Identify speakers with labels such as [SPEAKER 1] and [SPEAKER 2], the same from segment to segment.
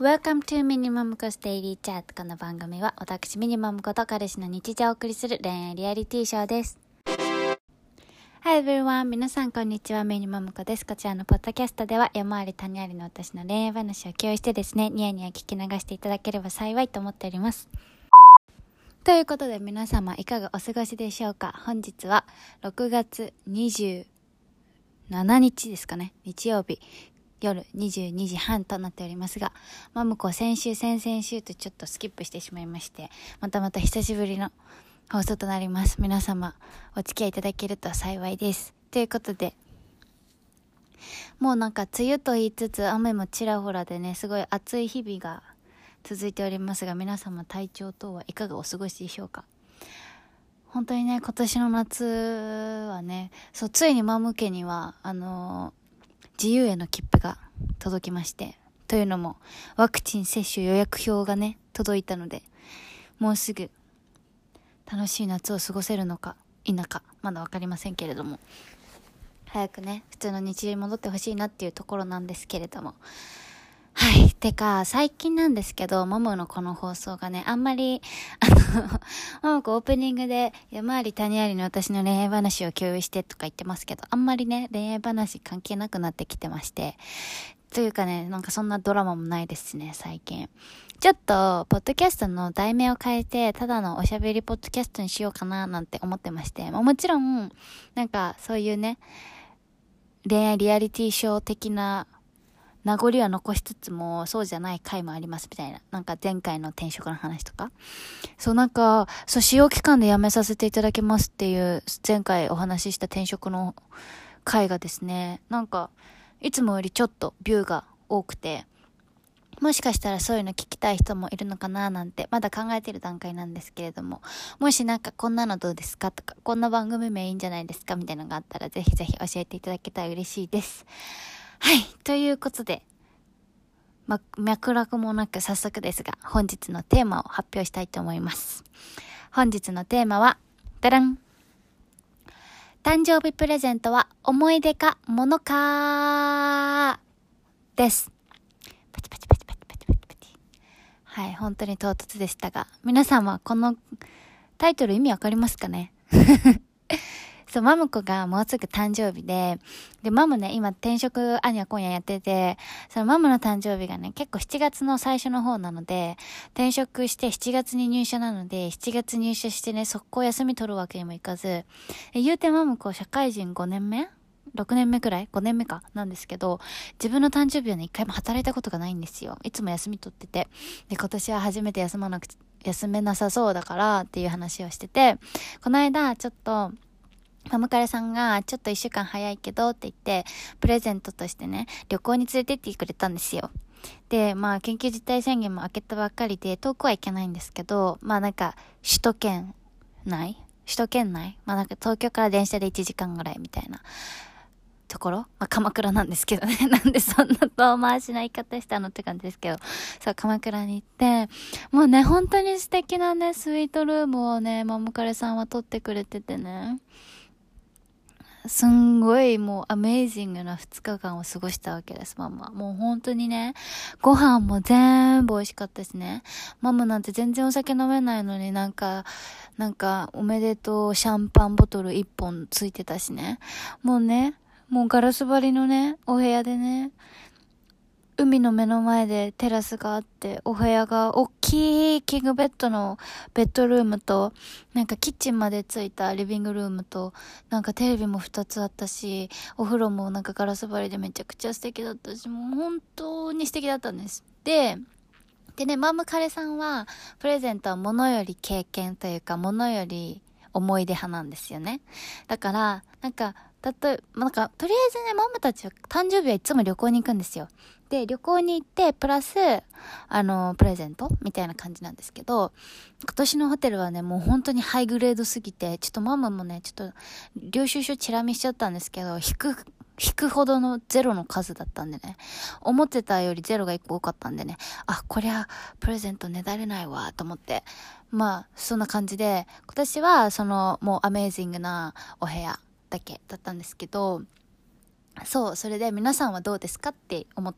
[SPEAKER 1] Welcome to ミニマムコスデイリーチャート。この番組は私ミニマムコと彼氏の日常をお送りする恋愛リアリティショーです。Hi everyone! 皆さんこんにちは、ミニマムコです。こちらのポッドキャストでは山あり谷ありの私の恋愛話を共有してですね、ニヤニヤ聞き流していただければ幸いと思っております。ということで皆様いかがお過ごしでしょうか。本日は6月27日ですかね、日曜日夜22時半となっておりますが、マムコ先々週とちょっとスキップしてしまいまして、また久しぶりの放送となります。皆様お付き合いいただけると幸いです。ということで、もう梅雨と言いつつ雨もちらほらでね、すごい暑い日々が続いておりますが、皆様体調等はいかがお過ごしでしょうか。本当にね、今年の夏はね、ついにマム家には自由への切符が届きまして、というのもワクチン接種予約表がね届いたので、もうすぐ楽しい夏を過ごせるのか否かまだ分かりませんけれども、早くね普通の日常に戻ってほしいなっていうところなんですけれども、はい。てか最近なんですけど、マムのこの放送がね、あんまりマムコオープニングで山あり谷ありの私の恋愛話を共有してとか言ってますけど、あんまりね恋愛話関係なくなってきてまして、というかね、そんなドラマもないですね最近。ちょっとポッドキャストの題名を変えて、ただのおしゃべりポッドキャストにしようかななんて思ってまして、もちろんそういうね恋愛リアリティショー的な名残は残しつつも、そうじゃない回もありますみたいな。前回の転職の話とか。使用期間で辞めさせていただきますっていう、前回お話しした転職の回がですね、いつもよりちょっとビューが多くて、もしかしたらそういうの聞きたい人もいるのかななんて、まだ考えてる段階なんですけれども、もしこんなのどうですかとか、こんな番組名いいんじゃないですかみたいなのがあったら、ぜひぜひ教えていただけたら嬉しいです。はい。ということで、脈絡もなく早速ですが、本日のテーマを発表したいと思います。本日のテーマは、ダラン！誕生日プレゼントは思い出か物かです。パチパチパチパチパチパチパチ。はい、本当に唐突でしたが、皆さんはこのタイトル意味わかりますかね？マムコがもうすぐ誕生日で、マムね、今転職アニャ今夜やってて、マムの誕生日がね、結構7月の最初の方なので、転職して7月に入社なので、7月入社してね、速攻休み取るわけにもいかず、言うてマムコ社会人5年目 ?6 年目くらい ?5 年目かなんですけど、自分の誕生日はね、一回も働いたことがないんですよ。いつも休み取ってて。で、今年は初めて休めなさそうだからっていう話をしてて、この間ちょっと、マムカレさんがちょっと1週間早いけどって言って、プレゼントとしてね、旅行に連れてってくれたんですよ。で、緊急事態宣言も明けたばっかりで、遠くは行けないんですけど、首都圏内東京から電車で1時間ぐらいみたいなところ、鎌倉なんですけどね。なんでそんな遠回しな言い方したのって感じですけど、鎌倉に行って、もうね、本当に素敵なね、スイートルームをね、マムカレさんは取ってくれててね、すんごいもうアメージングな2日間を過ごしたわけです、ママ。もう本当にね、ご飯も全部美味しかったしね。ママなんて全然お酒飲めないのにおめでとうシャンパンボトル1本ついてたしね。もうガラス張りのね、お部屋でね、海の目の前でテラスがあって、お部屋が大きいキングベッドのベッドルームと、キッチンまでついたリビングルームと、テレビも2つあったし、お風呂もガラス張りでめちゃくちゃ素敵だったし、もう本当に素敵だったんです。でね、マムカレさんは、プレゼントは物より経験というか、物より思い出派なんですよね。だから、とりあえずね、ママたちは誕生日はいつも旅行に行くんですよ。で、旅行に行って、プラス、プレゼントみたいな感じなんですけど、今年のホテルはね、もう本当にハイグレードすぎて、ちょっとママもね、ちょっと、領収書チラ見しちゃったんですけど、引くほどのゼロの数だったんでね、思ってたよりゼロが1個多かったんでね、こりゃ、プレゼントねだれないわ、と思って、そんな感じで、今年は、もうアメージングなお部屋だけだったんですけど、それで皆さんはどうですかって思った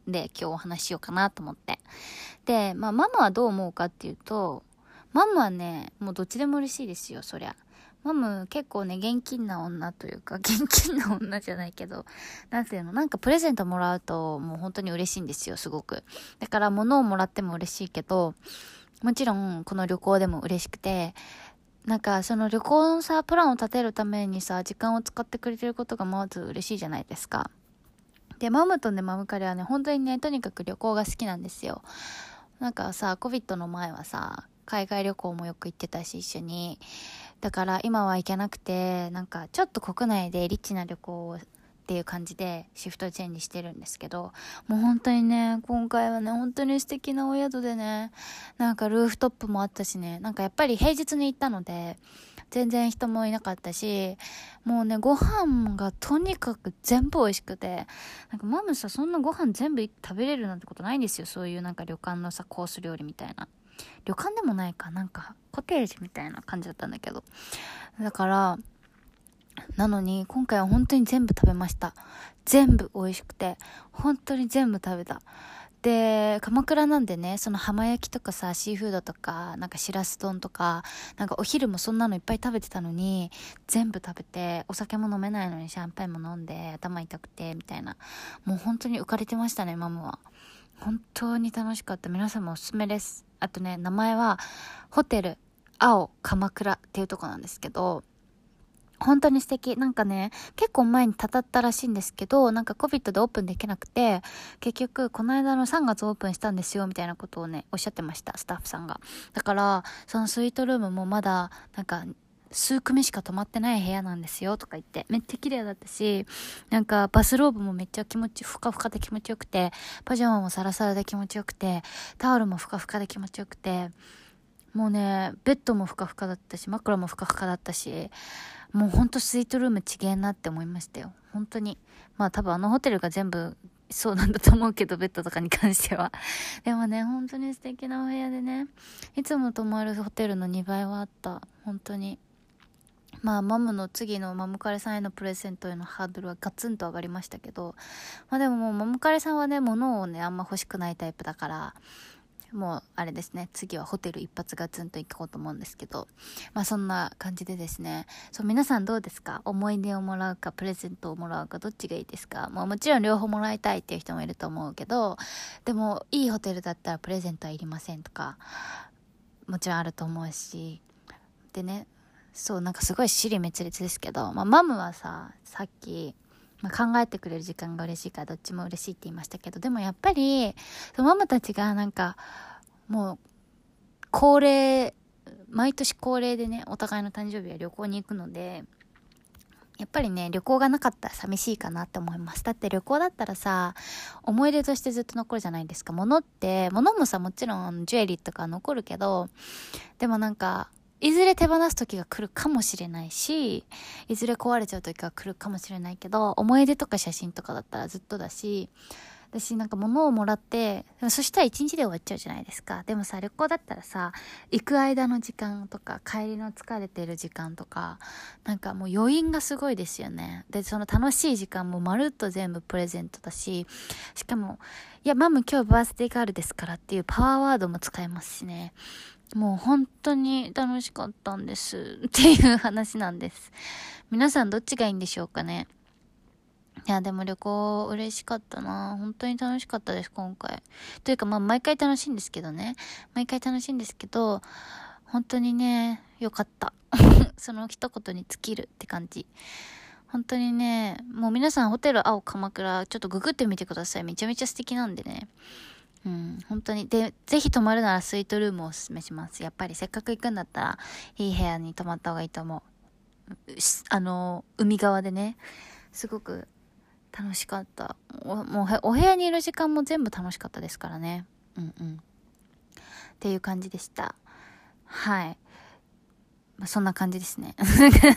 [SPEAKER 1] で今日お話ししようかなと思って。で、ママはどう思うかっていうと、ママはね、もうどっちでも嬉しいですよ、そりゃ。マム結構ね、現金な女というか、現金な女じゃないけど、なんていうの、なんかプレゼントもらうともう本当に嬉しいんですよ、すごく。だから物をもらっても嬉しいけど、もちろんこの旅行でも嬉しくて、なんかその旅行のさ、プランを立てるためにさ、時間を使ってくれてることがまず嬉しいじゃないですか。で、マムとね、マムカレはね、本当にね、とにかく旅行が好きなんですよ。なんかさ、コビットの前はさ、海外旅行もよく行ってたし、一緒に。だから今は行けなくて、なんかちょっと国内でリッチな旅行をっていう感じでシフトチェンジしてるんですけど、もう本当にね、今回はね、本当に素敵なお宿でね、なんかルーフトップもあったしね、なんかやっぱり平日に行ったので、全然人もいなかったし、もうね、ご飯がとにかく全部美味しくて、なんかマムさ、そんなご飯全部食べれるなんてことないんですよ。そういうなんか旅館のさ、コース料理みたいな。旅館でもないか、なんかコテージみたいな感じだったんだけど。だから、なのに今回は本当に全部食べました。全部美味しくて、本当に全部食べた。で、鎌倉なんでね、その浜焼きとかさ、シーフードとか、なんかしらす丼とか、なんかお昼もそんなのいっぱい食べてたのに、全部食べて、お酒も飲めないのにシャンパンも飲んで、頭痛くて、みたいな。もう本当に浮かれてましたね、ママは。本当に楽しかった。皆さんもおすすめです。あとね、名前は、ホテル、青、鎌倉っていうとこなんですけど、本当に素敵。なんかね、結構前にたたったらしいんですけど、なんかコビットでオープンできなくて、結局この間の3月オープンしたんですよ、みたいなことをね、おっしゃってました、スタッフさんが。だから、そのスイートルームもまだ、なんか、数組しか泊まってない部屋なんですよとか言って、めっちゃ綺麗だったし、なんかバスローブもめっちゃふかふかで気持ちよくて、パジャマもサラサラで気持ちよくて、タオルもふかふかで気持ちよくて、もうね、ベッドもふかふかだったし、枕もふかふかだったし、もうほんとスイートルームちげえなって思いましたよ。本当に。まあ多分あのホテルが全部そうなんだと思うけど、ベッドとかに関しては。でもね、本当に素敵なお部屋でね、いつも泊まるホテルの2倍はあった。本当に。まあ、マムの次のマムカレさんへのプレゼントへのハードルはガツンと上がりましたけど、まあでももうマムカレさんはね、物をね、あんま欲しくないタイプだから、もうあれですね、次はホテル一発ガツンと行こうと思うんですけど、まあそんな感じでですね、そう、皆さんどうですか？思い出をもらうかプレゼントをもらうか、どっちがいいですか？まあもちろん両方もらいたいっていう人もいると思うけど、でもいいホテルだったらプレゼントはいりませんとか、もちろんあると思うし、でね、そう、なんかすごい支離滅裂ですけど、まあマムはさっき、まあ、考えてくれる時間が嬉しいからどっちも嬉しいって言いましたけど、でもやっぱりママたちがなんかもう恒例、毎年恒例でね、お互いの誕生日は旅行に行くので、やっぱりね、旅行がなかったら寂しいかなって思います。だって旅行だったらさ、思い出としてずっと残るじゃないですか。物もさ、もちろんジュエリーとか残るけど、でもなんか、いずれ手放す時が来るかもしれないし、いずれ壊れちゃう時が来るかもしれないけど、思い出とか写真とかだったらずっとだし、私なんか物をもらって、そしたら一日で終わっちゃうじゃないですか。でもさ、旅行だったらさ、行く間の時間とか、帰りの疲れてる時間とか、なんかもう余韻がすごいですよね。で、その楽しい時間もまるっと全部プレゼントだし、しかも、いや、マム今日バースデーガールですからっていうパワーワードも使えますしね。もう本当に楽しかったんですっていう話なんです。皆さんどっちがいいんでしょうかね。いや、でも旅行嬉しかったな。本当に楽しかったです、今回。というか、まあ、毎回楽しいんですけどね。毎回楽しいんですけど、本当にね、よかった。その一言に尽きるって感じ。本当にね、もう皆さんホテル青鎌倉、ちょっとググってみてください。めちゃめちゃ素敵なんでね。うん、本当に。で、ぜひ泊まるならスイートルームをおすすめします。やっぱりせっかく行くんだったら、いい部屋に泊まった方がいいと思う。海側でね、すごく楽しかった。もうお部屋にいる時間も全部楽しかったですからね。うんうん。っていう感じでした。はい。まあ、そんな感じですね。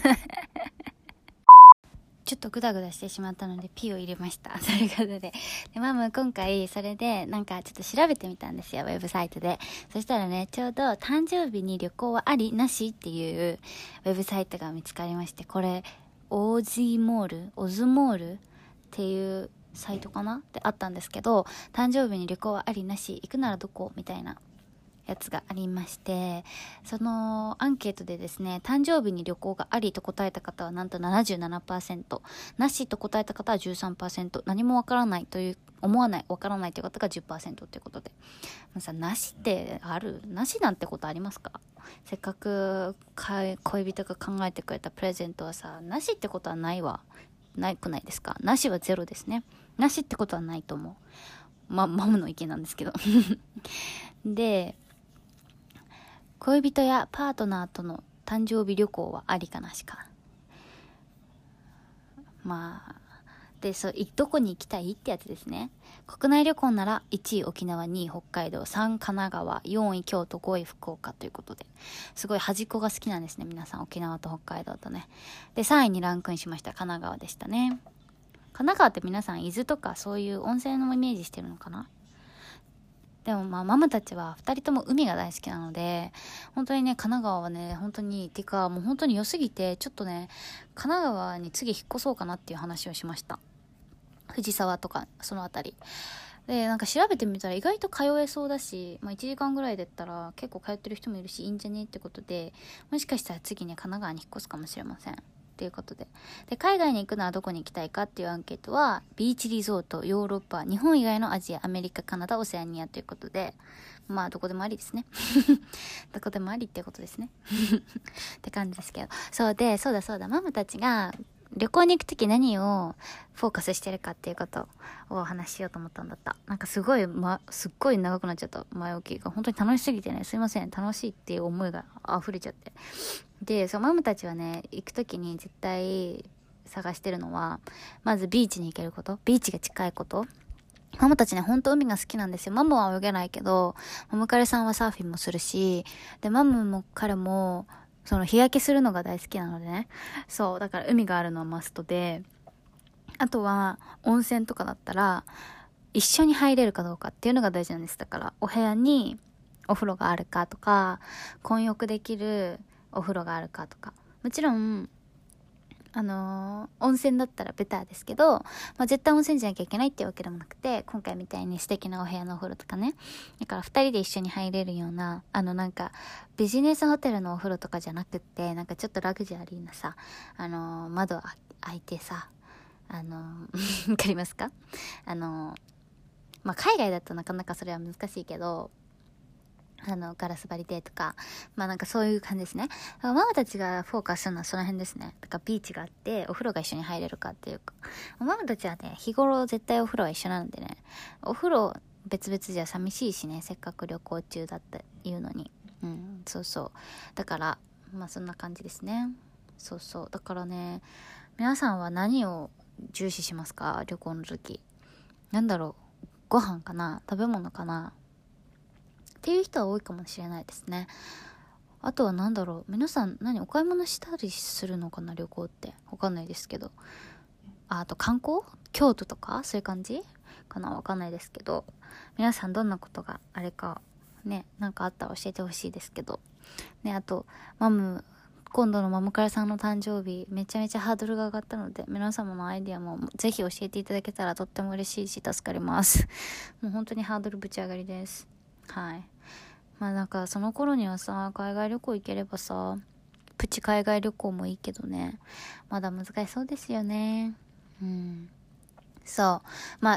[SPEAKER 1] ちょっとグダグダしてしまったのでピーを入れました。ということで。で、ママ今回それでなんかちょっと調べてみたんですよ、ウェブサイトで。そしたらね、ちょうど誕生日に旅行はありなしっていうウェブサイトが見つかりまして、これ、オズモールっていうサイトかなであったんですけど、誕生日に旅行はありなし、行くならどこみたいなやつがありまして、そのアンケートでですね、誕生日に旅行がありと答えた方はなんと 77%、 なしと答えた方は 13%、 何もわからないという、思わない、わからないという方が 10% ということで、さ、なしってある？なしなんてことありますか？せっかく恋人が考えてくれたプレゼントはさ、なしってことはないくないですか？なしはゼロですね。なしってことはないと思う。マムの意見なんですけどで、恋人やパートナーとの誕生日旅行はありかなしか。で、どこに行きたいってやつですね。国内旅行なら1位沖縄、2位北海道、3位神奈川、4位京都、5位福岡ということで、すごい端っこが好きなんですね、皆さん。沖縄と北海道とね。で、3位にランクインしました。神奈川でしたね。神奈川って皆さん伊豆とかそういう温泉のイメージしてるのかな？でもママたちは2人とも海が大好きなので、本当にね、神奈川はね、本当に、てかもう本当に良すぎて、ちょっとね、神奈川に次引っ越そうかなっていう話をしました。藤沢とか、そのあたり。で、なんか調べてみたら意外と通えそうだし、1時間ぐらいだったら結構通ってる人もいるし、いいんじゃねってことで、もしかしたら次ね、神奈川に引っ越すかもしれません。っていうことで。で、海外に行くのはどこに行きたいかっていうアンケートは、ビーチリゾート、ヨーロッパ、日本以外のアジア、アメリカ、カナダ、オセアニアということで、どこでもありですね。どこでもありっていうことですね。って感じですけど。そうだ、ママたちが旅行に行くとき何をフォーカスしてるかっていうことをお話ししようと思ったんだった。なんかすっごい長くなっちゃった前置きが。本当に楽しすぎてね、すいません。楽しいっていう思いが溢れちゃって。で、ママたちはね、行くときに絶対探してるのは、まずビーチに行けること。ビーチが近いこと。ママたちね、ほんと海が好きなんですよ。ママは泳げないけど、ママ彼さんはサーフィンもするし、で、ママも彼も、日焼けするのが大好きなのでね。そう、だから海があるのはマストで、あとは、温泉とかだったら、一緒に入れるかどうかっていうのが大事なんです。だから、お部屋にお風呂があるかとか、混浴できるお風呂があるかとか。もちろん、温泉だったらベターですけど、絶対温泉じゃなきゃいけないってわけでもなくて、今回みたいに素敵なお部屋のお風呂とかね。だから二人で一緒に入れるような、ビジネスホテルのお風呂とかじゃなくって、なんかちょっとラグジュアリーなさ、窓開いてさ、わかりますか？海外だとなかなかそれは難しいけど、ガラス張りでとか、なんかそういう感じですね。だからママたちがフォーカスするのはその辺ですね。だからビーチがあって、お風呂が一緒に入れるかっていうか。ママたちはね、日頃絶対お風呂は一緒なんでね。お風呂別々じゃ寂しいしね、せっかく旅行中だっていうのに。そうそう。だから、そんな感じですね。そうそう。だからね、皆さんは何を重視しますか？旅行の時。なんだろう。ご飯かな？食べ物かな？っていう人は多いかもしれないですね。あとは皆さんお買い物したりするのかな？旅行ってわかんないですけど、あと観光？京都とかそういう感じかな？わかんないですけど、皆さんどんなことがあれかね、なんかあったら教えてほしいですけどね。あと今度のマムカラさんの誕生日めちゃめちゃハードルが上がったので、皆様のアイディアもぜひ教えていただけたらとっても嬉しいし助かります。もう本当にハードルぶち上がりです。はい。その頃にはさ、海外旅行行ければさ、プチ海外旅行もいいけどね、まだ難しそうですよね。そう。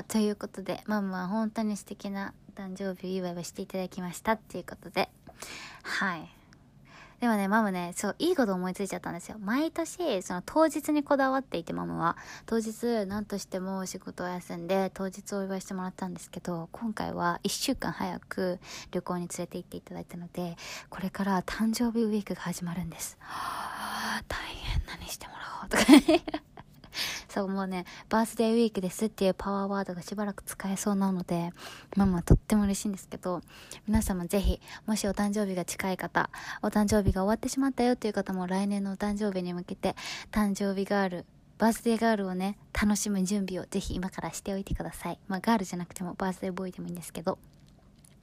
[SPEAKER 1] ということで、ママは本当に素敵な誕生日を祝いをしていただきましたっていうことで。はい。でもね、ママね、いいこと思いついちゃったんですよ。毎年、当日にこだわっていて、ママは。当日、何としても仕事を休んで、当日お祝いしてもらったんですけど、今回は1週間早く旅行に連れて行っていただいたので、これから誕生日ウィークが始まるんです。大変何してもらおうとかそう、もうね、バースデーウィークですっていうパワーワードがしばらく使えそうなので、ママはとっても嬉しいんですけど、皆様ぜひ、もしお誕生日が近い方、お誕生日が終わってしまったよっていう方も来年のお誕生日に向けて、誕生日ガール、バースデーガールをね、楽しむ準備をぜひ今からしておいてください。ガールじゃなくてもバースデーボーイでもいいんですけど、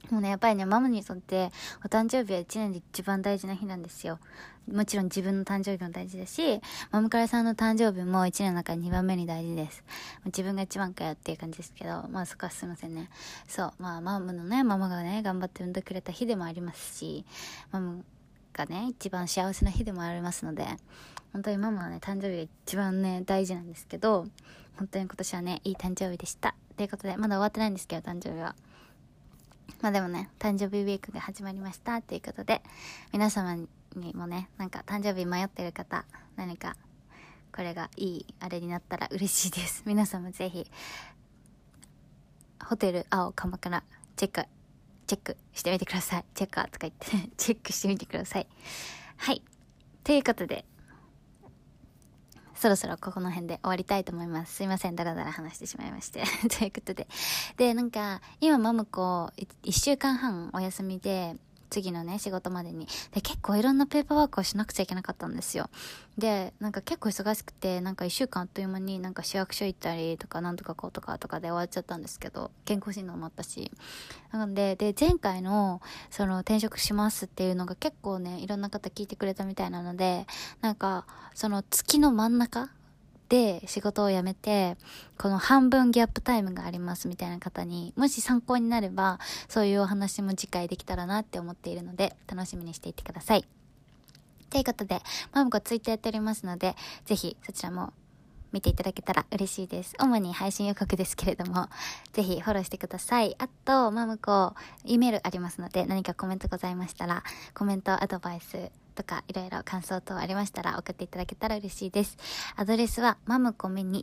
[SPEAKER 1] もうね、やっぱりね、ママにとってお誕生日は1年で一番大事な日なんですよ。もちろん自分の誕生日も大事だし、マムカラさんの誕生日も1年の中で2番目に大事です。自分が一番かよっていう感じですけど、まあそこはすいませんね。そう、まあママがね、頑張って産んでくれた日でもありますし、ママがね、一番幸せな日でもありますので、本当にママはね、誕生日が一番ね、大事なんですけど、本当に今年はね、いい誕生日でした。ということで、まだ終わってないんですけど、誕生日は。まあでもね、誕生日ウィークが始まりましたということで、皆様にもね、なんか誕生日迷ってる方、何かこれがいいあれになったら嬉しいです。皆様ぜひ、ホテル青鎌倉チェックしてみてください。チェッカーとか言ってチェックしてみてください。はい。ということで、そろそろここの辺で終わりたいと思います。すいません、だらだら話してしまいまして。ということで。で、なんか、今マムコ、1週間半お休みで、次のね、仕事までに。で、結構いろんなペーパーワークをしなくちゃいけなかったんですよ。で、なんか結構忙しくて、なんか1週間あっという間になんか市役所行ったりとか、なんとかこうとかで終わっちゃったんですけど、健康診断もあったし。なので、前回の、転職しますっていうのが結構ね、いろんな方聞いてくれたみたいなので、なんか、月の真ん中で仕事を辞めて、この半分ギャップタイムがありますみたいな方に、もし参考になれば、そういうお話も次回できたらなって思っているので、楽しみにしていてください。ということで、マムコツイッターやっておりますので、ぜひそちらも見ていただけたら嬉しいです。主に配信予告ですけれども、ぜひフォローしてください。あと、マムコ、E メールありますので、何かコメントございましたら、コメント、アドバイスとか、いろいろ感想等ありましたら送っていただけたら嬉しいです。アドレスは、マムコミニ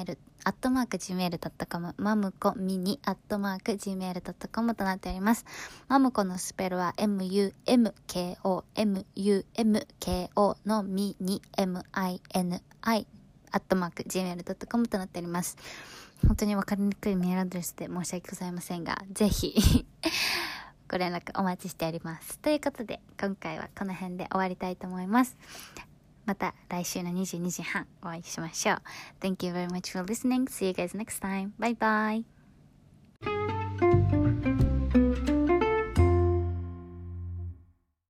[SPEAKER 1] gmail@gmail.com マムコミニ@gmail.com となっております。マムコのスペルは MUMKO のミニ MINI @gmail.com となっております。本当に分かりにくいメールアドレスで申し訳ございませんが、ぜひご連絡お待ちしております。ということで、今回はこの辺で終わりたいと思います。また来週の22時半お会いしましょう。Thank you very much for listening. See you guys next time. Bye bye.